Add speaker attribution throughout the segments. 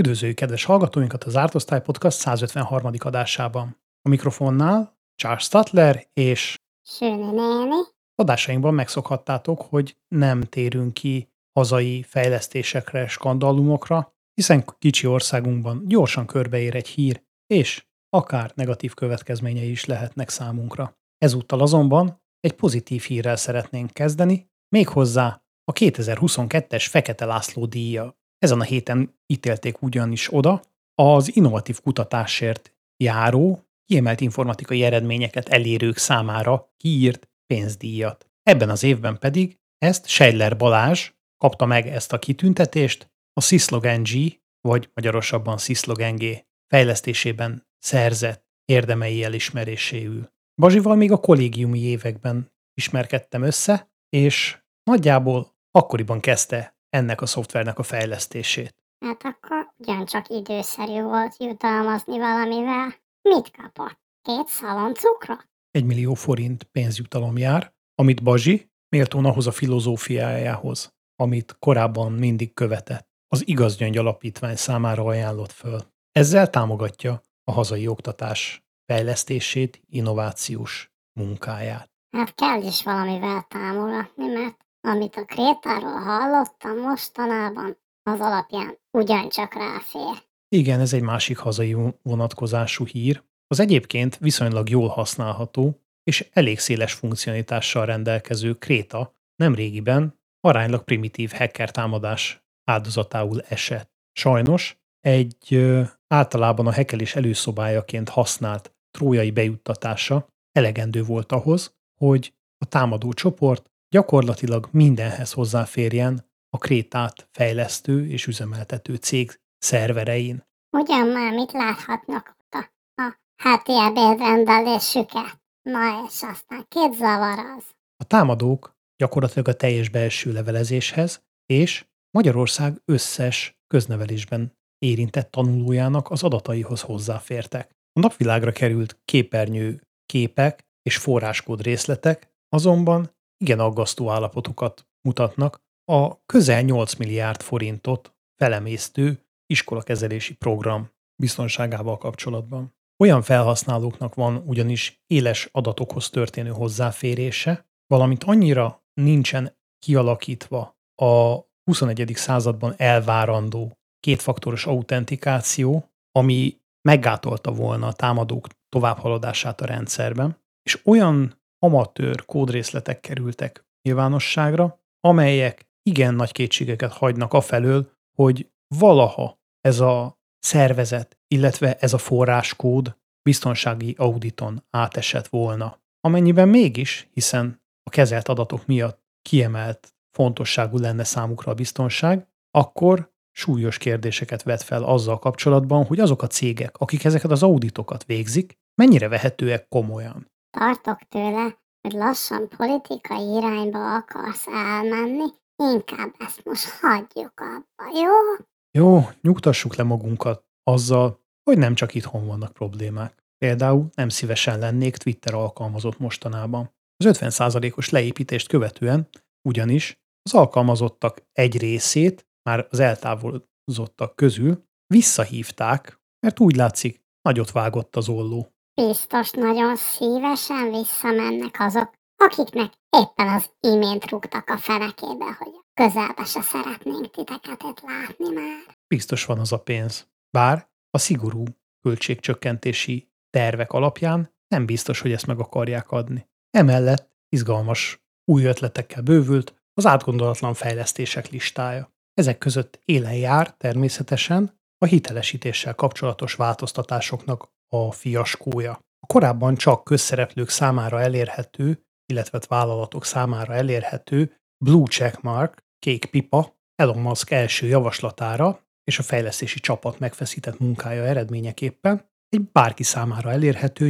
Speaker 1: Üdvözöljük kedves hallgatóinkat az Ártosztály Podcast 153. adásában. A mikrofonnál Charles Statler, és
Speaker 2: Süni néni.
Speaker 1: adásainkban megszokhattátok, hogy nem térünk ki hazai fejlesztésekre, skandalumokra, hiszen kicsi országunkban gyorsan körbeér egy hír, és akár negatív következményei is lehetnek számunkra. Ezúttal azonban egy pozitív hírrel szeretnénk kezdeni, méghozzá a 2022-es Fekete László díjjal. Ezen a héten ítélték ugyanis oda az innovatív kutatásért járó, kiemelt informatikai eredményeket elérők számára kiírt pénzdíjat. Ebben az évben pedig ezt Scheidler Balázs kapta meg ezt a kitüntetést a Syslog NG, vagy magyarosabban Syslog NG fejlesztésében szerzett érdemei elismeréséül. Bazsival még a kollégiumi években ismerkedtem össze, és nagyjából akkoriban kezdte ennek a szoftvernek a fejlesztését.
Speaker 2: Hát akkor ugyancsak időszerű volt jutalmazni valamivel. Mit kapott? 2 szalon cukrot?
Speaker 1: 1 millió forint pénzjutalom jár, amit Bazsi méltón ahhoz a filozófiájához, amit korábban mindig követett, az Igaz Gyöngy Alapítvány számára ajánlott föl. Ezzel támogatja a hazai oktatás fejlesztését, innovációs munkáját.
Speaker 2: Hát kell is valamivel támogatni, mert amit a Krétáról hallottam mostanában, az alapján ugyancsak ráfér.
Speaker 1: Igen, ez egy másik hazai vonatkozású hír. Az egyébként viszonylag jól használható és elég széles funkcionalitással rendelkező Kréta nemrégiben aránylag primitív hacker támadás áldozatául esett. Sajnos egy általában a hackelés előszobájaként használt trójai bejuttatása elegendő volt ahhoz, hogy a támadó csoport gyakorlatilag mindenhez hozzáférjen a Krétát fejlesztő és üzemeltető cég szerverein.
Speaker 2: Ugyan már mit láthatnak ott a heti ebédrendelésüket? Na és aztán 2 zavar az.
Speaker 1: A támadók gyakorlatilag a teljes belső levelezéshez és Magyarország összes köznevelésben érintett tanulójának az adataihoz hozzáfértek. A napvilágra került képernyő képek és forráskód részletek azonban igen aggasztó állapotokat mutatnak a közel 8 milliárd forintot felemésztő iskolakezelési program biztonságával kapcsolatban. Olyan felhasználóknak van ugyanis éles adatokhoz történő hozzáférése, valamint annyira nincsen kialakítva a 21. században elvárandó kétfaktoros autentikáció, ami meggátolta volna a támadók továbbhaladását a rendszerben, és olyan amatőr kódrészletek kerültek nyilvánosságra, amelyek igen nagy kétségeket hagynak afelől, hogy valaha ez a szervezet, illetve ez a forráskód biztonsági auditon átesett volna. Amennyiben mégis, hiszen a kezelt adatok miatt kiemelt fontosságú lenne számukra a biztonság, akkor súlyos kérdéseket vet fel azzal kapcsolatban, hogy azok a cégek, akik ezeket az auditokat végzik, mennyire vehetőek komolyan.
Speaker 2: Tartok tőle, hogy lassan politikai irányba akarsz elmenni, inkább ezt most hagyjuk abba, jó?
Speaker 1: Jó, nyugtassuk le magunkat azzal, hogy nem csak itthon vannak problémák. Például nem szívesen lennék Twitter alkalmazott mostanában. Az 50%-os leépítést követően ugyanis az alkalmazottak egy részét, már az eltávolozottak közül visszahívták, mert úgy látszik, nagyot vágott az olló.
Speaker 2: Biztos nagyon szívesen visszamennek azok, akiknek éppen az imént rúgtak a fenekébe, hogy közelbe se szeretnénk titeket itt látni már.
Speaker 1: Biztos van az a pénz. Bár a szigorú költségcsökkentési tervek alapján nem biztos, hogy ezt meg akarják adni. Emellett izgalmas új ötletekkel bővült az átgondolatlan fejlesztések listája. Ezek között élen jár természetesen a hitelesítéssel kapcsolatos változtatásoknak a fiaskója. A korábban csak közszereplők számára elérhető, illetve vállalatok számára elérhető Blue Checkmark, kék pipa Elon Musk első javaslatára és a fejlesztési csapat megfeszített munkája eredményeképpen egy bárki számára elérhető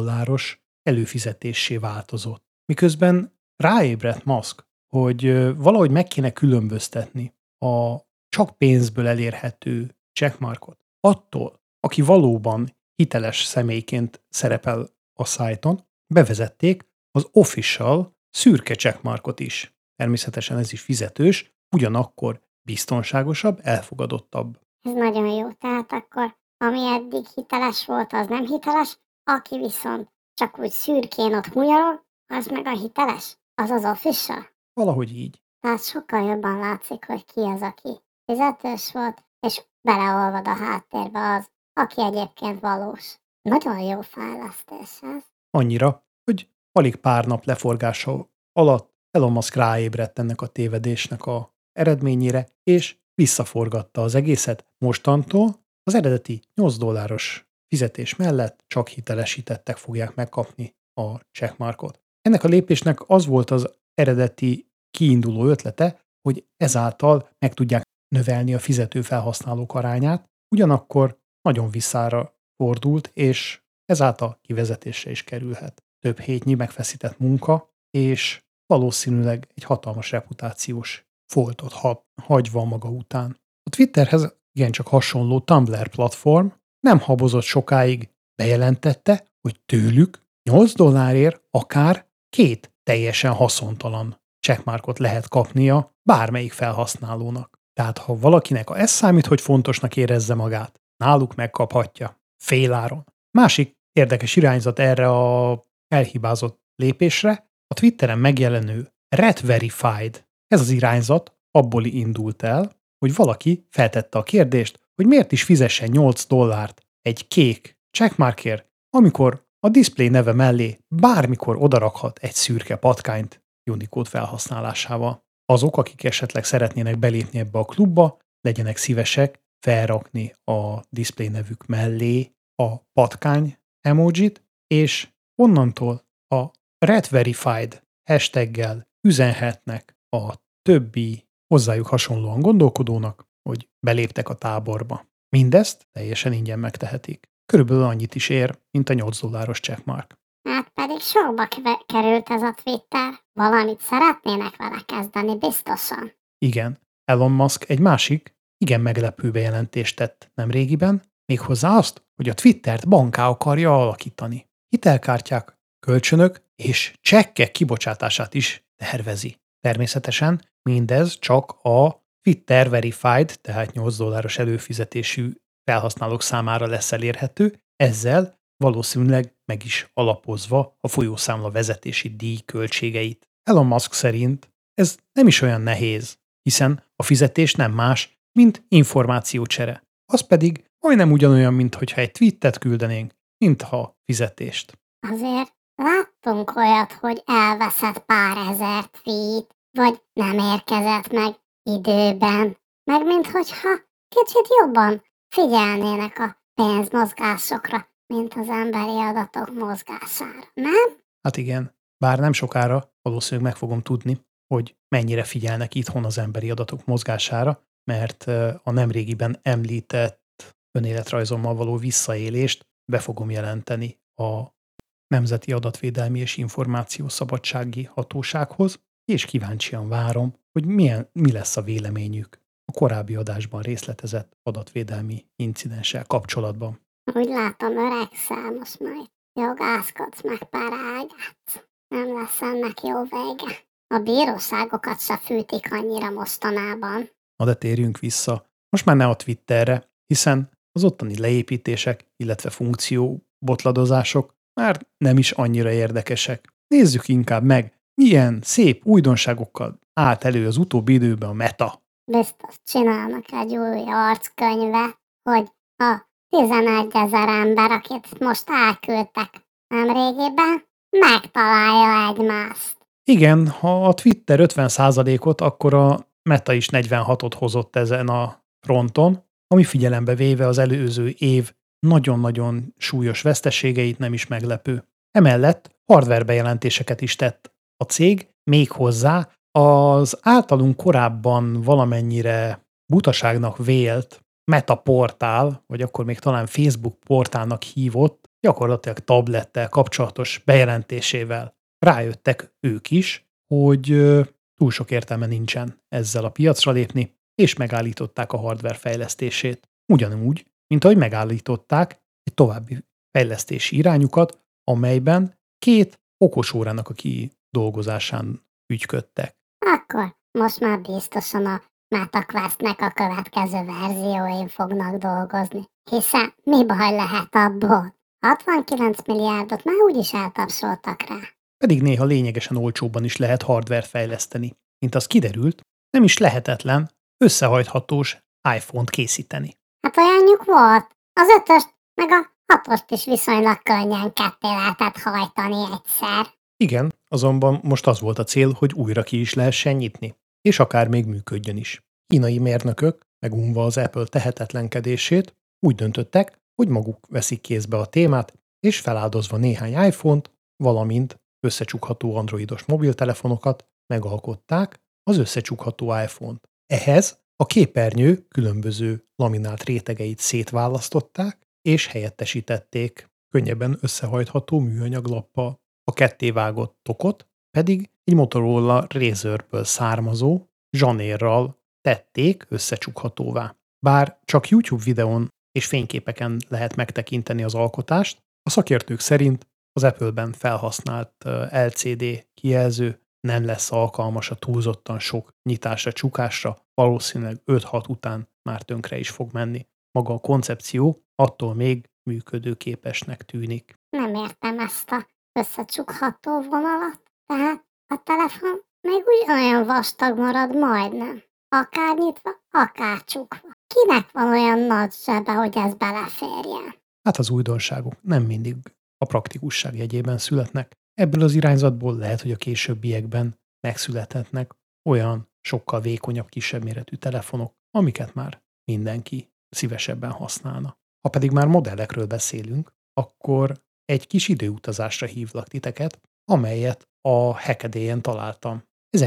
Speaker 1: $8 előfizetésé változott. Miközben ráébredt Musk, hogy valahogy meg kéne különböztetni a csak pénzből elérhető checkmarkot attól, aki valóban hiteles személyként szerepel a szájton, bevezették az official szürke checkmarkot is. Természetesen ez is fizetős, ugyanakkor biztonságosabb, elfogadottabb.
Speaker 2: Ez nagyon jó. Tehát akkor, ami eddig hiteles volt, az nem hiteles, aki viszont csak úgy szürkén ott hunyarog, az meg a hiteles, az az official.
Speaker 1: Valahogy így.
Speaker 2: Tehát sokkal jobban látszik, hogy ki az, aki fizetős volt, és beleolvad a háttérbe az, aki egyébként valós. Nagyon jó fejlesztés ez.
Speaker 1: Annyira, hogy alig pár nap leforgása alatt Elon Musk ráébredt ennek a tévedésnek a eredményére, és visszaforgatta az egészet. Mostantól az eredeti $8 fizetés mellett csak hitelesítettek fogják megkapni a checkmarkot. Ennek a lépésnek az volt az eredeti kiinduló ötlete, hogy ezáltal meg tudják növelni a fizető felhasználók arányát, ugyanakkor nagyon visszára fordult, és ezáltal kivezetésre is kerülhet. Több hétnyi megfeszített munka, és valószínűleg egy hatalmas reputációs foltot hagyva maga után. A Twitterhez igencsak hasonló Tumblr platform nem habozott sokáig, bejelentette, hogy tőlük $8 akár 2 teljesen haszontalan checkmarkot lehet kapnia bármelyik felhasználónak. Tehát ha valakinek ez számít, hogy fontosnak érezze magát, náluk megkaphatja. Féláron. Másik érdekes irányzat erre a elhibázott lépésre a Twitteren megjelenő Ret Verified. Ez az irányzat abból indult el, hogy valaki feltette a kérdést, hogy miért is fizessen $8 egy kék checkmarkért, amikor a display neve mellé bármikor odarakhat egy szürke patkányt Unicode felhasználásával. Azok, akik esetleg szeretnének belépni ebbe a klubba, legyenek szívesek felrakni a display nevük mellé a patkány emojit, és onnantól a Ret Verified hashtaggel üzenhetnek a többi hozzájuk hasonlóan gondolkodónak, hogy beléptek a táborba. Mindezt teljesen ingyen megtehetik. Körülbelül annyit is ér, mint a $8 checkmark.
Speaker 2: Hát pedig sokba került ez a Twitter. Valamit szeretnének vele kezdeni, biztosan.
Speaker 1: Igen, Elon Musk egy másik, igen meglepő bejelentést tett nemrégiben, méghozzá azt, hogy a Twittert banká akarja alakítani. Hitelkártyák, kölcsönök és csekkek kibocsátását is tervezi. Természetesen mindez csak a Twitter Verified, tehát $8 előfizetésű felhasználók számára lesz elérhető, ezzel valószínűleg meg is alapozva a folyószámla vezetési díj költségeit. Elon Musk szerint ez nem is olyan nehéz, hiszen a fizetés nem más, mint információcsere. Az pedig majdnem ugyanolyan, mintha egy tweetet küldenénk, mintha fizetést.
Speaker 2: Azért láttunk olyat, hogy elveszett pár ezer tweet, vagy nem érkezett meg időben, meg minthogyha kicsit jobban figyelnének a pénzmozgásokra, mint az emberi adatok mozgására, nem?
Speaker 1: Hát igen, bár nem sokára valószínűleg meg fogom tudni, hogy mennyire figyelnek itthon az emberi adatok mozgására, mert a nemrégiben említett önéletrajzommal való visszaélést be fogom jelenteni a Nemzeti Adatvédelmi és Információszabadsági Hatósághoz, és kíváncsian várom, hogy mi lesz a véleményük a korábbi adásban részletezett adatvédelmi incidenssel kapcsolatban.
Speaker 2: Úgy látom, öregszel, most majd jogászkodsz, meg parágatsz. Nem lesz ennek jó vége. A bíróságokat se fűtik annyira mostanában.
Speaker 1: Na de térjünk vissza. Most már ne a Twitterre, hiszen az ottani leépítések, illetve funkció botladozások már nem is annyira érdekesek. Nézzük inkább meg, milyen szép újdonságokkal állt elő az utóbbi időben a Meta.
Speaker 2: Biztos csinálnak egy új arckönyvet, hogy a 11 000 ember, akit most elküldtek nemrégiben, megtalálja egymást.
Speaker 1: Igen, ha a Twitter 50%-ot, akkor a Meta is 46-ot hozott ezen a fronton, ami figyelembe véve az előző év nagyon-nagyon súlyos veszteségeit nem is meglepő. Emellett hardware bejelentéseket is tett a cég, méghozzá az általunk korábban valamennyire butaságnak vélt Meta portál, vagy akkor még talán Facebook portálnak hívott, gyakorlatilag tablettel kapcsolatos bejelentésével rájöttek ők is, hogy túl sok értelme nincsen ezzel a piacra lépni, és megállították a hardware fejlesztését. Ugyanúgy, mint ahogy megállították egy további fejlesztési irányukat, amelyben 2 okosórának a kidolgozásán ügyködtek.
Speaker 2: Akkor most már biztosan a Meta Questnek a következő verzióin fognak dolgozni. Hiszen mi baj lehet abból? 69 milliárdot már úgyis eltapsoltak rá.
Speaker 1: Pedig néha lényegesen olcsóbban is lehet hardvert fejleszteni. Mint az kiderült, nem is lehetetlen összehajthatós iPhone-t készíteni.
Speaker 2: Hát olyanjuk volt. Az 5-öst meg a 6-ost is viszonylag könnyen ketté lehetett hajtani egyszer.
Speaker 1: Igen, azonban most az volt a cél, hogy újra ki is lehessen nyitni, és akár még működjön is. Kínai mérnökök, megunva az Apple tehetetlenkedését, úgy döntöttek, hogy maguk veszik kézbe a témát, és feláldozva néhány iPhone-t, valamint összecsukható androidos mobiltelefonokat megalkották az összecsukható iPhone-t. Ehhez a képernyő különböző laminált rétegeit szétválasztották, és helyettesítették könnyebben összehajtható műanyag lappal. A kettévágott tokot pedig egy Motorola Razorből származó zsanérral tették összecsukhatóvá. Bár csak YouTube videón és fényképeken lehet megtekinteni az alkotást, a szakértők szerint az Apple-ben felhasznált LCD kijelző nem lesz alkalmas a túlzottan sok nyitásra, csukásra, valószínűleg 5-6 után már tönkre is fog menni. Maga a koncepció attól még működőképesnek tűnik.
Speaker 2: Nem értem ezt a összecsukható vonalat. Tehát a telefon még ugyanolyan vastag marad majdnem. Akár nyitva, akár csukva. Kinek van olyan nagy zsebe, hogy ez beleférjen?
Speaker 1: Hát az újdonságok nem mindig a praktikusság jegyében születnek. Ebből az irányzatból lehet, hogy a későbbiekben megszülethetnek olyan sokkal vékonyabb, kisebb méretű telefonok, amiket már mindenki szívesebben használna. Ha pedig már modellekről beszélünk, akkor egy kis időutazásra hívlak titeket, amelyet a Hackaday-en találtam.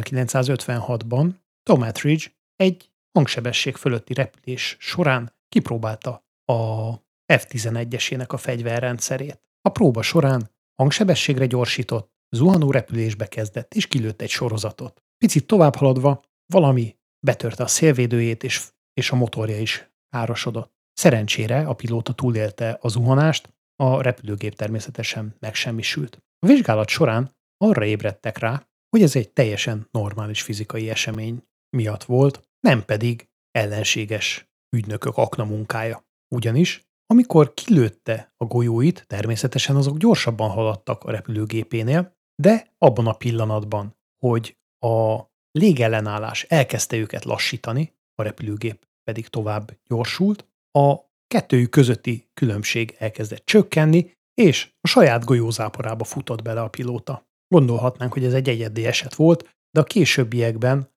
Speaker 1: 1956-ban Tom Ettridge egy hangsebesség fölötti repülés során kipróbálta a F-11-esének a fegyverrendszerét. A próba során hangsebességre gyorsított, zuhanó repülésbe kezdett, és kilőtt egy sorozatot. Picit tovább haladva valami betörte a szélvédőjét, és a motorja is károsodott. Szerencsére a pilóta túlélte a zuhanást, a repülőgép természetesen megsemmisült. A vizsgálat során arra ébredtek rá, hogy ez egy teljesen normális fizikai esemény miatt volt, nem pedig ellenséges ügynökök aknamunkája. Ugyanis amikor kilőtte a golyóit, természetesen azok gyorsabban haladtak a repülőgépénél, de abban a pillanatban, hogy a légellenállás elkezdte őket lassítani, a repülőgép pedig tovább gyorsult, a kettőjük közötti különbség elkezdett csökkenni, és a saját golyózáporába futott bele a pilóta. Gondolhatnánk, hogy ez egy egyedi eset volt, de a későbbiekben,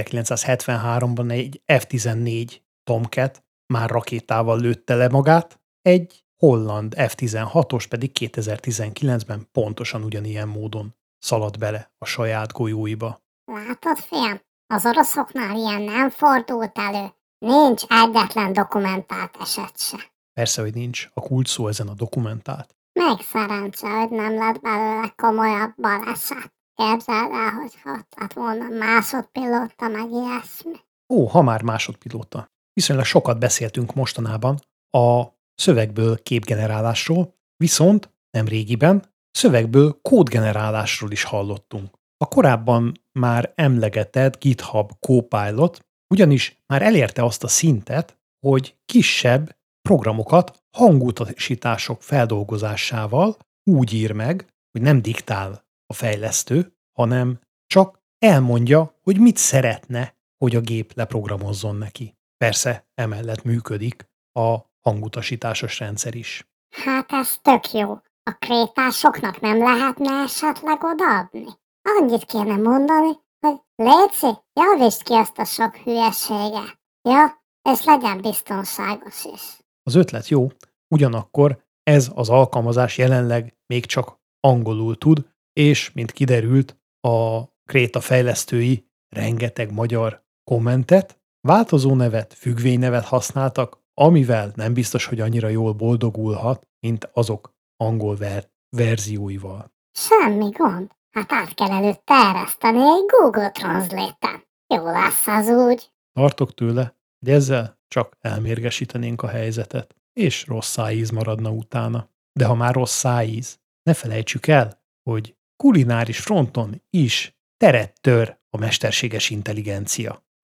Speaker 1: 1973-ban egy F-14 Tomcat már rakétával lőtte le magát, egy holland F-16-os pedig 2019-ben pontosan ugyanilyen módon szaladt bele a saját golyóiba.
Speaker 2: Látod, fiam? Az oroszoknál ilyen nem fordult elő. Nincs egyetlen dokumentált eset se.
Speaker 1: Persze, hogy nincs. A kulcs szó ezen a dokumentált.
Speaker 2: Még szerencse, hogy nem lett belőle komolyabb baleset. Képzeld el, hogyha ott lett volna másodpilóta, meg ilyesmi.
Speaker 1: Ó, ha már másodpilóta. Viszonylag sokat beszéltünk mostanában a szövegből képgenerálásról, viszont nem régiben szövegből kódgenerálásról is hallottunk. A korábban már emlegetett GitHub Copilot ugyanis már elérte azt a szintet, hogy kisebb programokat hangutasítások feldolgozásával úgy ír meg, hogy nem diktál a fejlesztő, hanem csak elmondja, hogy mit szeretne, hogy a gép leprogramozzon neki. Persze emellett működik a hangutasításos rendszer is.
Speaker 2: Hát ez tök jó. A krétásoknak nem lehetne esetleg odaadni? Annyit kéne mondani, hogy Léci, javítsd ki azt a sok hülyeséget. Ja, és legyen biztonságos is.
Speaker 1: Az ötlet jó, ugyanakkor ez az alkalmazás jelenleg még csak angolul tud, és, mint kiderült, a kréta fejlesztői rengeteg magyar kommentet, változó nevet, függvénynevet használtak, amivel nem biztos, hogy annyira jól boldogulhat, mint azok angol verzióival.
Speaker 2: Semmi gond. Hát át kell előtte ereszteni egy Google Translate-en. Jó lesz az úgy.
Speaker 1: Tartok tőle, hogy ezzel csak elmérgesítenénk a helyzetet, és rossz szájíz maradna utána. De ha már rossz szájíz, ne felejtsük el, hogy kulináris fronton is teret tör a mesterséges intelligencia.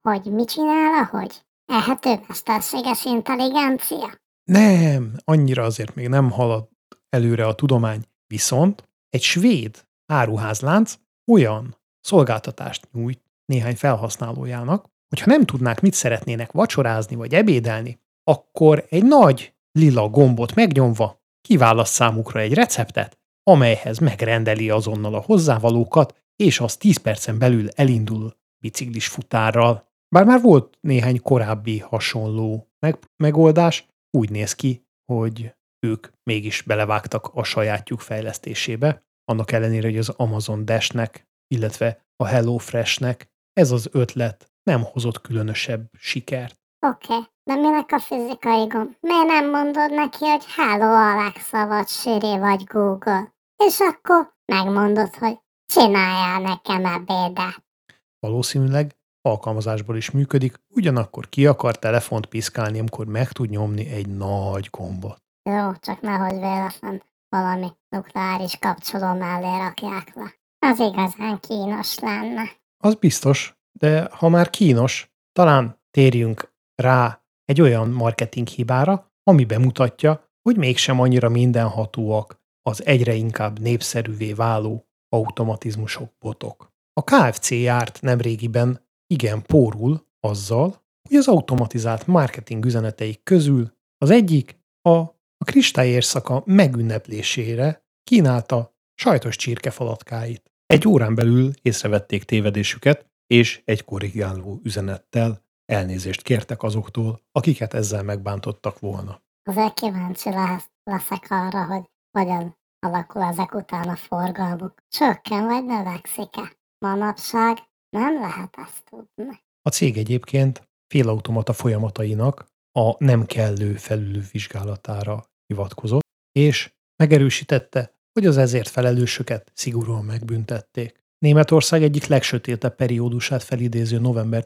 Speaker 2: Hogy mit csinál, ahogy? Ehető mesterséges intelligencia?
Speaker 1: Nem, annyira azért még nem halad előre a tudomány. Viszont egy svéd áruházlánc olyan szolgáltatást nyújt néhány felhasználójának, hogyha nem tudnák, mit szeretnének vacsorázni vagy ebédelni, akkor egy nagy lila gombot megnyomva kiválaszt számukra egy receptet, amelyhez megrendeli azonnal a hozzávalókat, és az 10 percen belül elindul biciklis futárral. Bár már volt néhány korábbi hasonló megoldás, úgy néz ki, hogy ők mégis belevágtak a sajátjuk fejlesztésébe, annak ellenére, hogy az Amazon Dash-nek, illetve a HelloFresh-nek ez az ötlet nem hozott különösebb sikert.
Speaker 2: Oké, de minek a fizikai gomb? Miért nem mondod neki, hogy Hello Alexa, vagy Siri, vagy Google? És akkor megmondod, hogy csináljál nekem ebédet.
Speaker 1: Valószínűleg alkalmazásból is működik, ugyanakkor ki akar telefont piszkálni, amikor meg tud nyomni egy nagy gombot.
Speaker 2: Jó, csak nehogy véletlen valami nukleáris kapcsoló mellé rakják le. Az igazán kínos lenne.
Speaker 1: Az biztos, de ha már kínos, talán térjünk rá egy olyan marketing hibára, ami bemutatja, hogy mégsem annyira mindenhatóak az egyre inkább népszerűvé váló automatizmusok, botok. A KFC járt nemrégiben igen pórul azzal, hogy az automatizált marketing üzeneteik közül az egyik a kristályérszaka megünneplésére kínálta sajtos csirkefalatkáit. Egy órán belül észrevették tévedésüket, és egy korrigáló üzenettel elnézést kértek azoktól, akiket ezzel megbántottak volna.
Speaker 2: Azért kíváncsi leszek arra, hogy hogyan alakul ezek után a forgalmuk. Csökken vagy növekszik-e? Manapság nem lehet ezt tudni.
Speaker 1: A cég egyébként félautomata folyamatainak a nem kellő felülvizsgálatára hivatkozott, és megerősítette, hogy az ezért felelősöket szigorúan megbüntették. Németország egyik legsötétebb periódusát felidéző november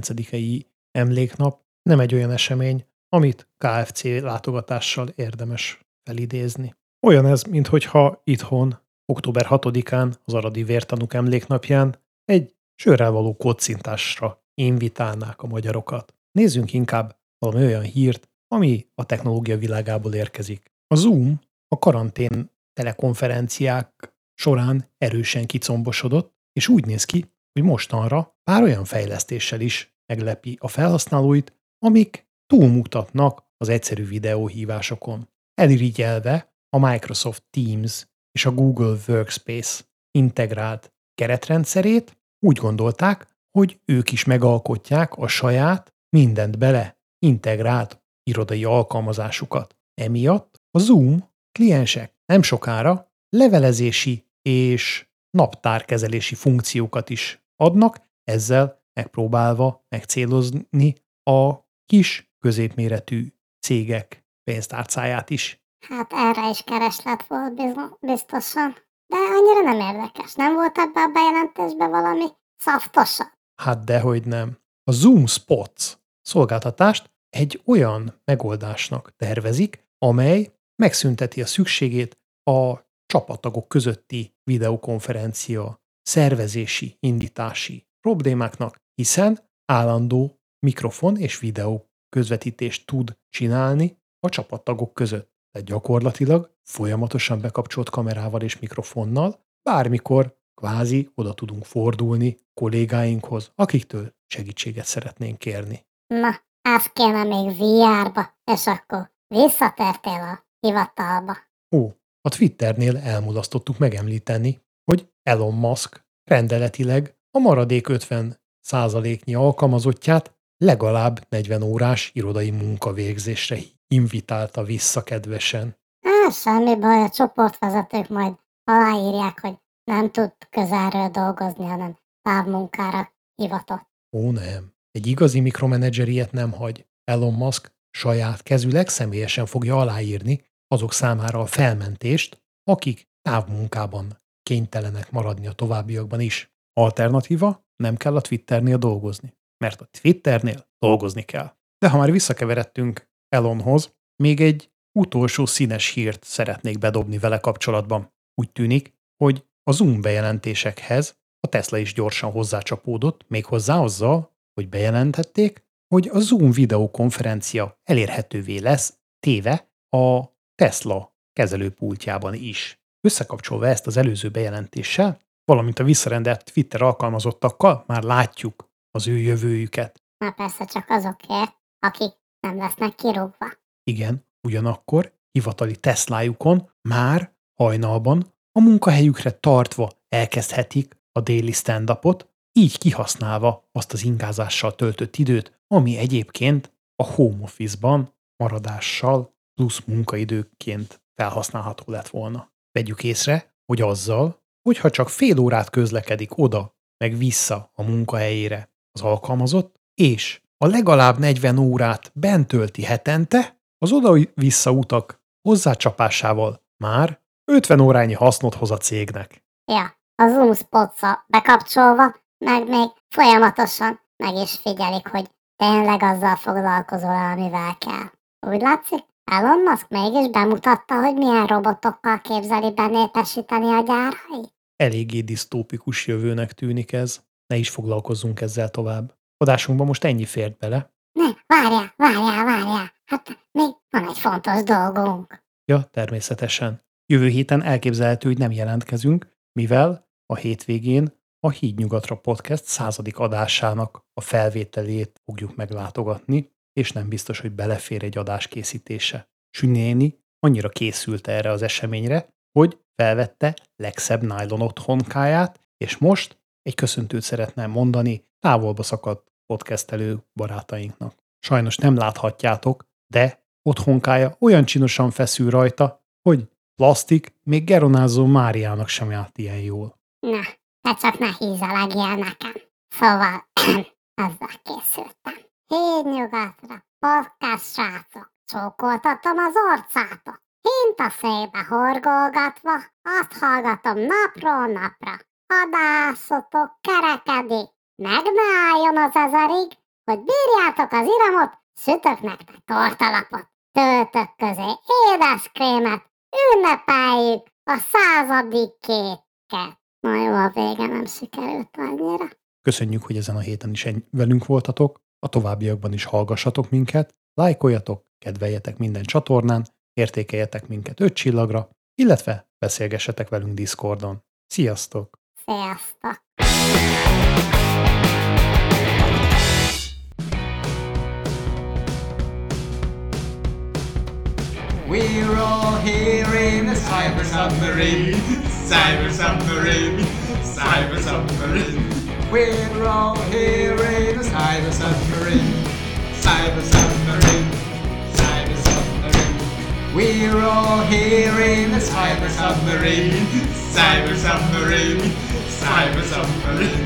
Speaker 1: 9-i emléknap nem egy olyan esemény, amit KFC látogatással érdemes felidézni. Olyan ez, minthogyha itthon október 6-án, az aradi vértanúk emléknapján egy sörrel való kocintásra invitálnák a magyarokat. Nézzünk inkább valami olyan hírt, ami a technológia világából érkezik. A Zoom a karantén telekonferenciák során erősen kicombosodott, és úgy néz ki, hogy mostanra pár olyan fejlesztéssel is meglepi a felhasználóit, amik túlmutatnak az egyszerű videóhívásokon. Elirigyelve a Microsoft Teams és a Google Workspace integrált keretrendszerét, úgy gondolták, hogy ők is megalkotják a saját, mindent bele integrált irodai alkalmazásukat. Emiatt a Zoom kliensek nem sokára levelezési és naptárkezelési funkciókat is adnak, ezzel megpróbálva megcélozni a kis középméretű cégek pénztárcáját is.
Speaker 2: Hát erre is kereslet volt biztosan. De annyira nem érdekes. Nem volt ebbe a bejelentésbe valami szaftosabb?
Speaker 1: Hát dehogy nem. A Zoom Spots szolgáltatást egy olyan megoldásnak tervezik, amely megszünteti a szükségét a csapattagok közötti videokonferencia szervezési, indítási problémáknak, hiszen állandó mikrofon és videó közvetítést tud csinálni a csapattagok között. Tehát gyakorlatilag folyamatosan bekapcsolt kamerával és mikrofonnal bármikor kvázi oda tudunk fordulni kollégáinkhoz, akiktől segítséget szeretnénk kérni.
Speaker 2: Na, ez kéne még VR-ba, és akkor visszatértél a hivatalba.
Speaker 1: Ó, a Twitternél elmulasztottuk megemlíteni, hogy Elon Musk rendeletileg a maradék 50%-nyi alkalmazottját legalább 40 órás irodai munkavégzésre invitálta vissza kedvesen.
Speaker 2: Semmi baj, a csoportvezetők majd aláírják, hogy nem tud közelről dolgozni, hanem távmunkára hivatott.
Speaker 1: Ó nem, egy igazi mikromenedzser ilyet nem hagy. Elon Musk saját kezüleg személyesen fogja aláírni azok számára a felmentést, akik távmunkában kénytelenek maradni a továbbiakban is. Alternatíva, nem kell a Twitternél dolgozni, mert a Twitternél dolgozni kell. De ha már visszakeveredtünk Elonhoz, még egy utolsó színes hírt szeretnék bedobni vele kapcsolatban. Úgy tűnik, hogy a Zoom bejelentésekhez a Tesla is gyorsan hozzácsapódott, méghozzá azzal, hogy bejelentették, hogy a Zoom videokonferencia elérhetővé lesz téve a Tesla kezelőpultjában is. Összekapcsolva ezt az előző bejelentéssel, valamint a visszarendelt Twitter alkalmazottakkal már látjuk az ő jövőjüket.
Speaker 2: Már persze csak azokért, akik nem lesznek kirúgva.
Speaker 1: Igen, ugyanakkor hivatali Teslájukon már hajnalban a munkahelyükre tartva elkezdhetik a déli stand-upot, így kihasználva azt az ingázással töltött időt, ami egyébként a home office-ban maradással plusz munkaidőként felhasználható lett volna. Vegyük észre, hogy azzal, hogyha csak fél órát közlekedik oda, meg vissza a munkahelyére az alkalmazott, és a legalább 40 órát bent tölti hetente, az oda-vissza utak hozzácsapásával már 50 órányi hasznot hoz a cégnek.
Speaker 2: Ja, a Zoom Spots-a bekapcsolva, meg még folyamatosan meg is figyelik, hogy tényleg azzal foglalkozol, amivel kell. Úgy látszik, Elon Musk mégis bemutatta, hogy milyen robotokkal képzeli benépesíteni a gyárait.
Speaker 1: Eléggé disztópikus jövőnek tűnik ez. Ne is foglalkozzunk ezzel tovább. Adásunkban most ennyi fért bele.
Speaker 2: Ne, várjál. Hát még van egy fontos dolgunk.
Speaker 1: Ja, természetesen. Jövő héten elképzelhető, hogy nem jelentkezünk, mivel a hétvégén a Hídnyugatra Podcast 100. adásának a felvételét fogjuk meglátogatni, és nem biztos, hogy belefér egy adás készítése. Süni néni annyira készült erre az eseményre, hogy felvette legszebb nylon otthonkáját, és most egy köszöntőt szeretne mondani távolba szakadt podcastelő barátainknak. Sajnos nem láthatjátok, de otthonkája olyan csinosan feszül rajta, hogy plastik még Geronázó Máriának sem járt ilyen jól.
Speaker 2: Na, te csak ne hízelegjél nekem. Szóval, ezzel készültem. Hídnyugatra, podcast srácok, csókoltatom az arcátok. Hint a szébe horgolgatva, azt hallgatom napról napra. Adászotok kerekedik, meg ne álljon az ezerig, hogy bírjátok az iramot, sütök nektek tortalapot. Töltök közé édeskrémet, ünnepeljük a 100. kéket. Na jó, a vége nem sikerült annyira.
Speaker 1: Köszönjük, hogy ezen a héten is velünk voltatok, a továbbiakban is hallgassatok minket, lájkoljatok, kedveljetek minden csatornán, értékeljetek minket 5 csillagra, illetve beszélgessetek velünk Discordon. Sziasztok!
Speaker 2: Sziasztok!
Speaker 3: We're all here in a cyber submarine, cyber submarine, cyber submarine. We're all here in a cyber submarine, cyber submarine, cyber submarine. We're all here in a cyber submarine, cyber submarine, cyber submarine.